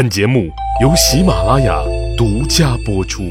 本节目由喜马拉雅独家播出。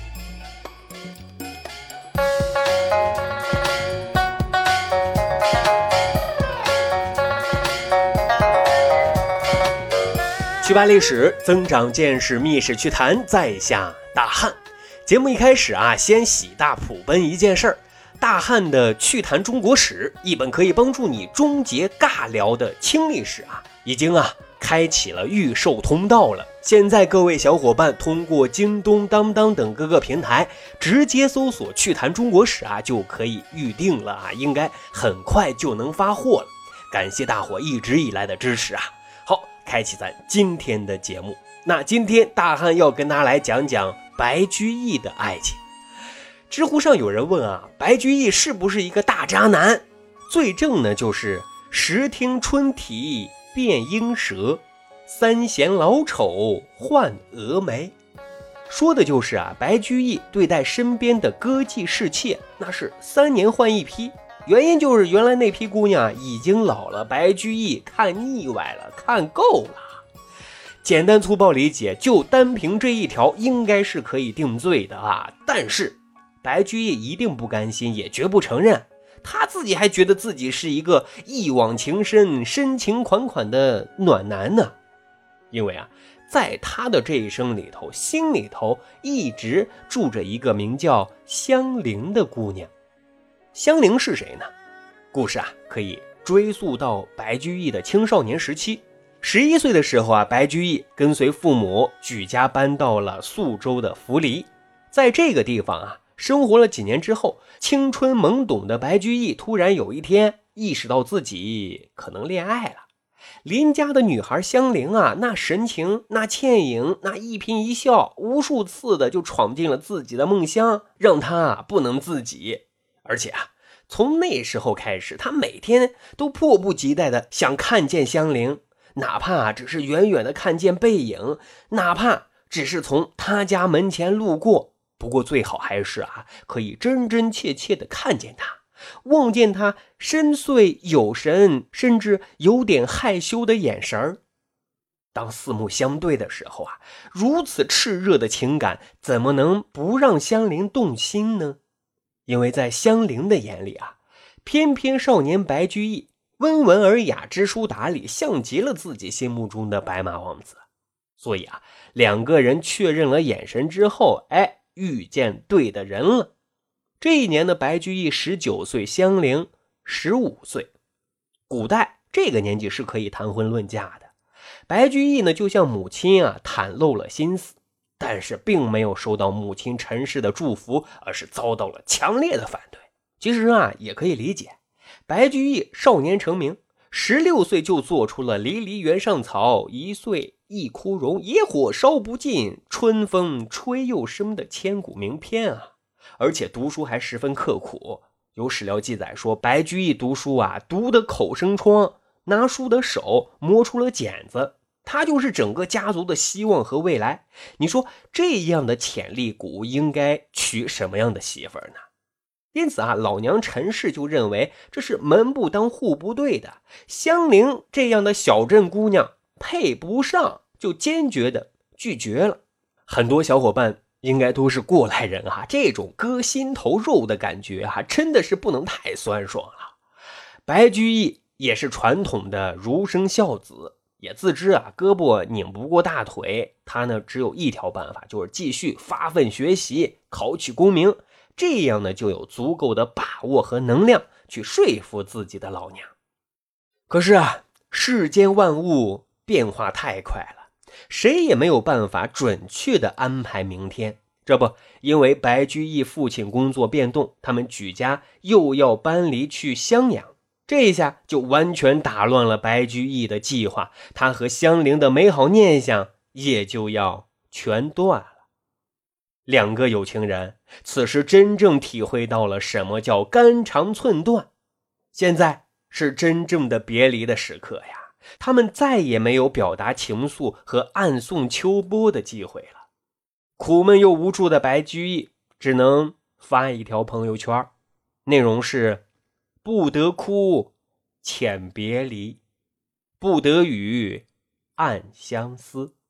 趣吧历史，增长见识，密史趣谈，在下大汉。节目一开始先喜大普奔一件事儿。大汉的趣谈中国史，一本可以帮助你终结尬聊的轻历史已经开启了预售通道了。现在各位小伙伴通过京东、当当等各个平台直接搜索趣谈中国史就可以预定了应该很快就能发货了。感谢大伙一直以来的支持好，开启咱今天的节目。那今天大汉要跟大家来讲讲白居易的爱情。知乎上有人问白居易是不是一个大渣男？罪证呢就是时听春啼变莺舌，三嫌老丑换蛾眉。说的就是白居易对待身边的歌妓侍妾那是3年换一批，原因就是原来那批姑娘已经老了，白居易看腻歪了，看够了。简单粗暴理解，就单凭这一条应该是可以定罪的但是白居易一定不甘心，也绝不承认，他自己还觉得自己是一个一往情深、深情款款的暖男呢。因为在他的这一生里头，心里头一直住着一个名叫香菱的姑娘。香菱是谁呢？故事可以追溯到白居易的青少年时期。11岁的时候白居易跟随父母举家搬到了宿州的扶离。在这个地方生活了几年之后，青春懵懂的白居易突然有一天意识到自己可能恋爱了。邻家的女孩香菱那神情，那倩影，那一颦一笑，无数次的就闯进了自己的梦乡，让他不能自己。而且从那时候开始，他每天都迫不及待的想看见香菱，哪怕只是远远的看见背影，哪怕只是从他家门前路过。不过最好还是可以真真切切的看见他，望见他深邃有神，甚至有点害羞的眼神。当四目相对的时候如此炽热的情感怎么能不让香菱动心呢？因为在香菱的眼里偏偏少年白居易温文尔雅，知书达理，像极了自己心目中的白马王子。所以两个人确认了眼神之后遇见对的人了。这一年的白居易19岁，香菱15岁。古代这个年纪是可以谈婚论嫁的。白居易呢，就向母亲袒露了心思，但是并没有收到母亲陈氏的祝福，而是遭到了强烈的反对。其实也可以理解，白居易少年成名，16岁就做出了离离原上草，1岁一枯荣，野火烧不尽，春风吹又生的千古名篇而且读书还十分刻苦。有史料记载说，白居易读书读得口生疮，拿书的手磨出了茧子，他就是整个家族的希望和未来。你说这样的潜力股应该娶什么样的媳妇儿呢？因此老娘陈氏就认为这是门不当户不对的，香菱这样的小镇姑娘配不上，就坚决的拒绝了。很多小伙伴应该都是过来人这种割心头肉的感觉真的是不能太酸爽了。白居易也是传统的儒生孝子，也自知胳膊拧不过大腿，他呢只有一条办法，就是继续发奋学习，考取功名，这样呢就有足够的把握和能量去说服自己的老娘。可是世间万物变化太快了，谁也没有办法准确的安排明天。这不，因为白居易父亲工作变动，他们举家又要搬离去襄阳，这一下就完全打乱了白居易的计划，他和香菱的美好念想也就要全断了。两个有情人此时真正体会到了什么叫肝肠寸断。现在是真正的别离的时刻呀，他们再也没有表达情愫和暗送秋波的机会了。苦闷又无助的白居易只能发一条朋友圈，内容是：不得哭，遣别离；不得语，暗相思。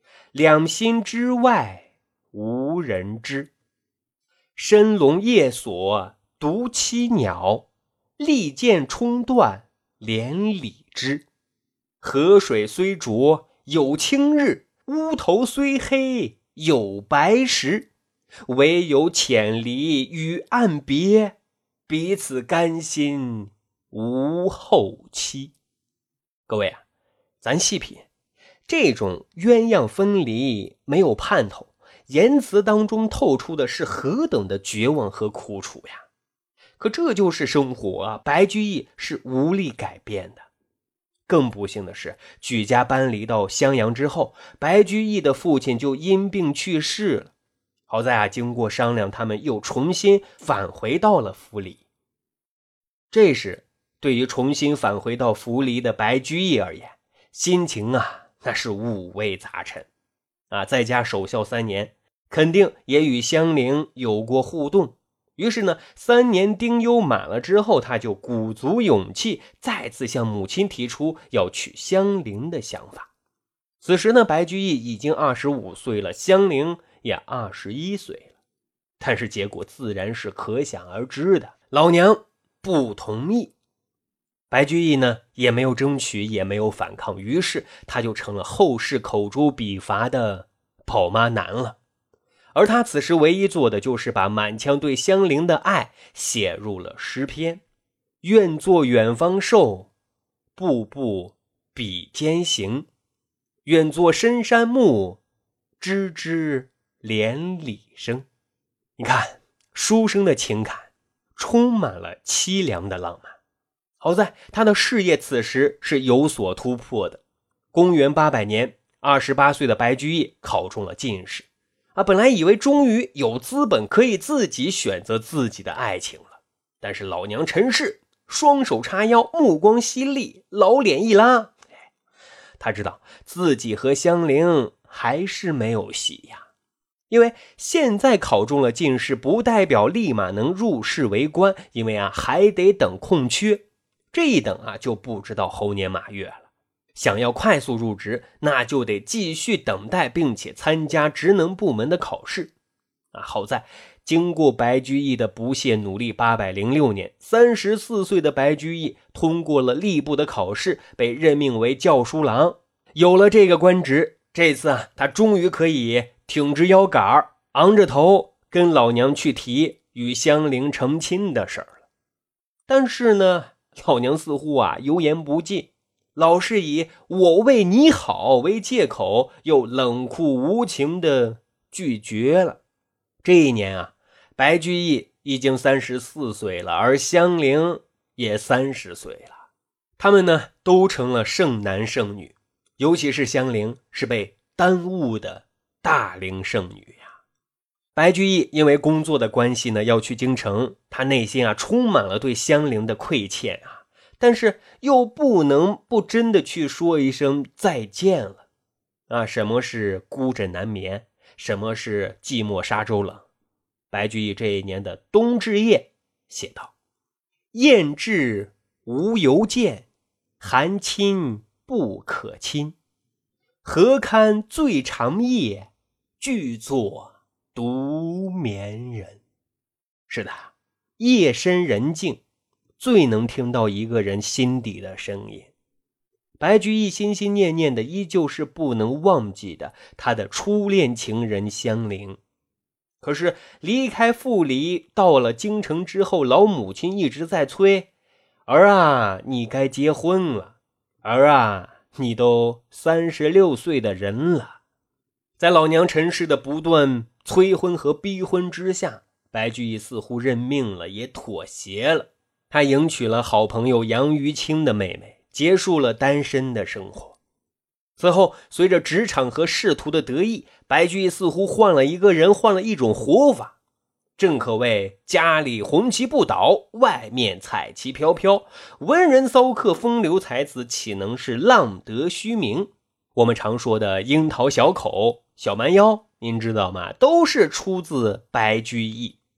两心之外无人知。深笼夜锁独栖鸟，利剑冲断连理枝。河水虽浊有清日，乌头虽黑有白石。唯有浅离与岸别，彼此甘心无后期。各位啊，咱细品，这种鸳鸯分离没有盼头，言辞当中透出的是何等的绝望和苦楚呀！可这就是生活啊，白居易是无力改变的。更不幸的是，举家搬离到襄阳之后，白居易的父亲就因病去世了。好在经过商量，他们又重新返回到了涪陵。这时对于重新返回到涪陵的白居易而言，心情那是五味杂陈在家守孝3年，肯定也与襄陵有过互动。于是3年丁忧满了之后，他就鼓足勇气，再次向母亲提出要去襄陵的想法。此时白居易已经25岁了，襄陵也21岁了，但是结果自然是可想而知的，老娘不同意。白居易也没有争取，也没有反抗，于是他就成了后世口诛笔伐的宝妈男了。而他此时唯一做的就是把满腔对襄陵的爱写入了诗篇。愿作远方兽，步步比肩行。愿作深山木，枝枝连理生。你看，书生的情感充满了凄凉的浪漫。好在他的事业此时是有所突破的。公元800年，28岁的白居易考中了进士本来以为终于有资本可以自己选择自己的爱情了，但是老娘陈氏双手叉腰，目光犀利，老脸一拉，他知道自己和襄陵还是没有戏呀。因为现在考中了进士，不代表立马能入仕为官，因为还得等空缺，这一等就不知道猴年马月了。想要快速入职，那就得继续等待，并且参加职能部门的考试好在经过白居易的不懈努力，806年34岁的白居易通过了吏部的考试，被任命为校书郎。有了这个官职，这次他终于可以挺直腰杆，昂着头跟老娘去提与襄陵成亲的事儿了。但是老娘似乎油盐不进，老是以我为你好为借口，又冷酷无情的拒绝了。这一年白居易已经34岁了，而襄陵也30岁了。他们都成了剩男剩女，尤其是襄陵是被耽误的大龄剩女呀。白居易因为工作的关系要去京城，他内心充满了对襄陵的亏欠但是又不能不真的去说一声再见了什么是孤枕难眠，什么是寂寞沙洲冷。白居易这一年的冬至夜写道：雁至无由见，寒亲不可亲。何堪最长夜，俱作独眠人。是的，夜深人静最能听到一个人心底的声音。白居易心心念念的依旧是不能忘记的他的初恋情人襄陵。可是离开涪陵到了京城之后，老母亲一直在催，儿你该结婚了，儿你都36岁的人了。在老娘陈氏的不断催婚和逼婚之下，白居易似乎认命了，也妥协了。他迎娶了好朋友杨于清的妹妹，结束了单身的生活。此后随着职场和仕途的得意，白居易似乎换了一个人，换了一种活法。正可谓家里红旗不倒，外面彩旗飘飘，文人骚客风流才子岂能是浪得虚名。我们常说的樱桃小口小蛮腰，您知道吗？都是出自白居易。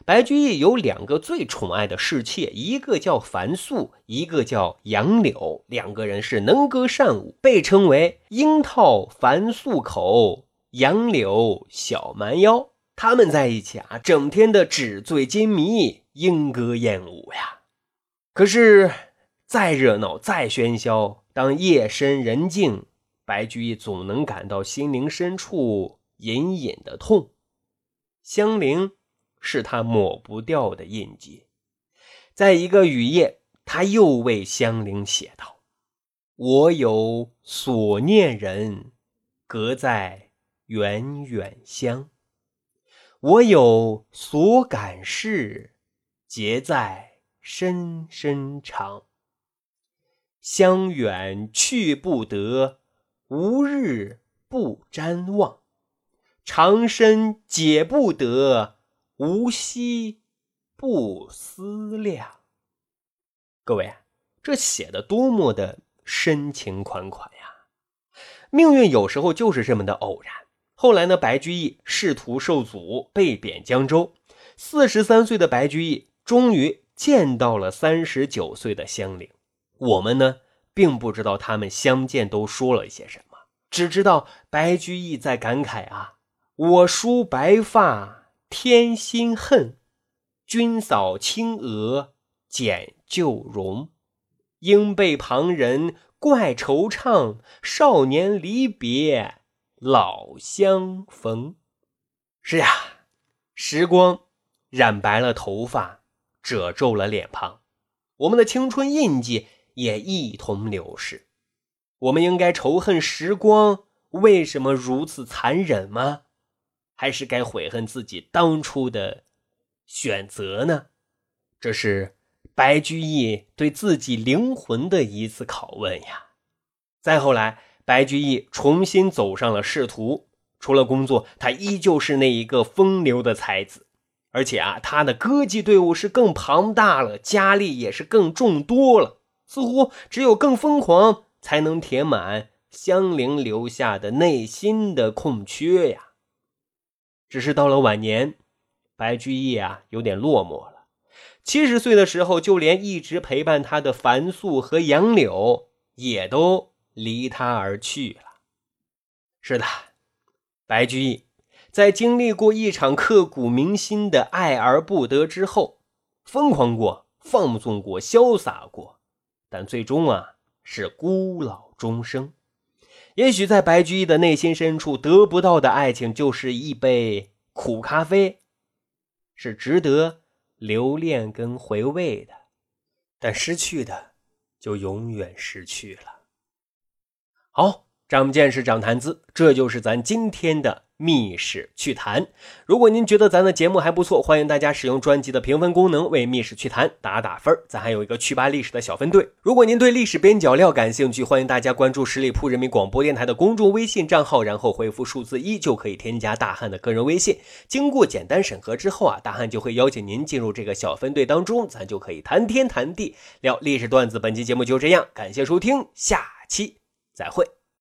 白居易有2个最宠爱的侍妾，一个叫樊素，一个叫杨柳，2个人是能歌善舞，被称为樱桃樊素口，杨柳小蛮腰。他们在一起啊，整天的纸醉金迷，莺歌燕舞呀。可是再热闹再喧嚣，当夜深人静，白居易总能感到心灵深处隐隐的痛。香菱是他抹不掉的印记。在一个雨夜，他又为香菱写道：我有所念人，隔在远远乡。我有所感事，结在深深肠。乡远去不得，无日不瞻望。长身解不得，无夕不思量。各位，这写的多么的深情款款呀！命运有时候就是这么的偶然。后来呢，白居易仕途受阻，被贬江州。43岁的白居易终于见到了39岁的香菱。我们呢，并不知道他们相见都说了些什么，只知道白居易在感慨啊，我梳白发添新恨，君扫青娥减旧容。应被旁人怪惆怅，少年离别老相逢。是呀，时光染白了头发，褶皱了脸庞，我们的青春印记也一同流逝。我们应该仇恨时光为什么如此残忍吗？还是该悔恨自己当初的选择呢？这是白居易对自己灵魂的一次拷问呀。再后来，白居易重新走上了仕途，除了工作，他依旧是那一个风流的才子。而且啊，他的歌妓队伍是更庞大了，佳丽也是更众多了。似乎只有更疯狂，才能填满香菱留下的内心的空缺呀。只是到了晚年，白居易啊有点落寞了。70岁的时候，就连一直陪伴他的樊素和杨柳也都离他而去了。是的，白居易在经历过一场刻骨铭心的爱而不得之后，疯狂过，放纵过，潇洒过，但最终啊是孤老终生。也许在白居易的内心深处，得不到的爱情就是一杯苦咖啡，是值得留恋跟回味的，但失去的就永远失去了。好，长见识长谈资，这就是咱今天的密室趣谈。如果您觉得咱的节目还不错，欢迎大家使用专辑的评分功能为密室趣谈打分。咱还有一个趣吧历史的小分队。如果您对历史边角料感兴趣，欢迎大家关注十里铺人民广播电台的公众微信账号，然后回复数字1就可以添加大汉的个人微信。经过简单审核之后啊，大汉就会邀请您进入这个小分队当中，咱就可以谈天谈地聊历史段子。本期节目就这样，感谢收听，下期再会。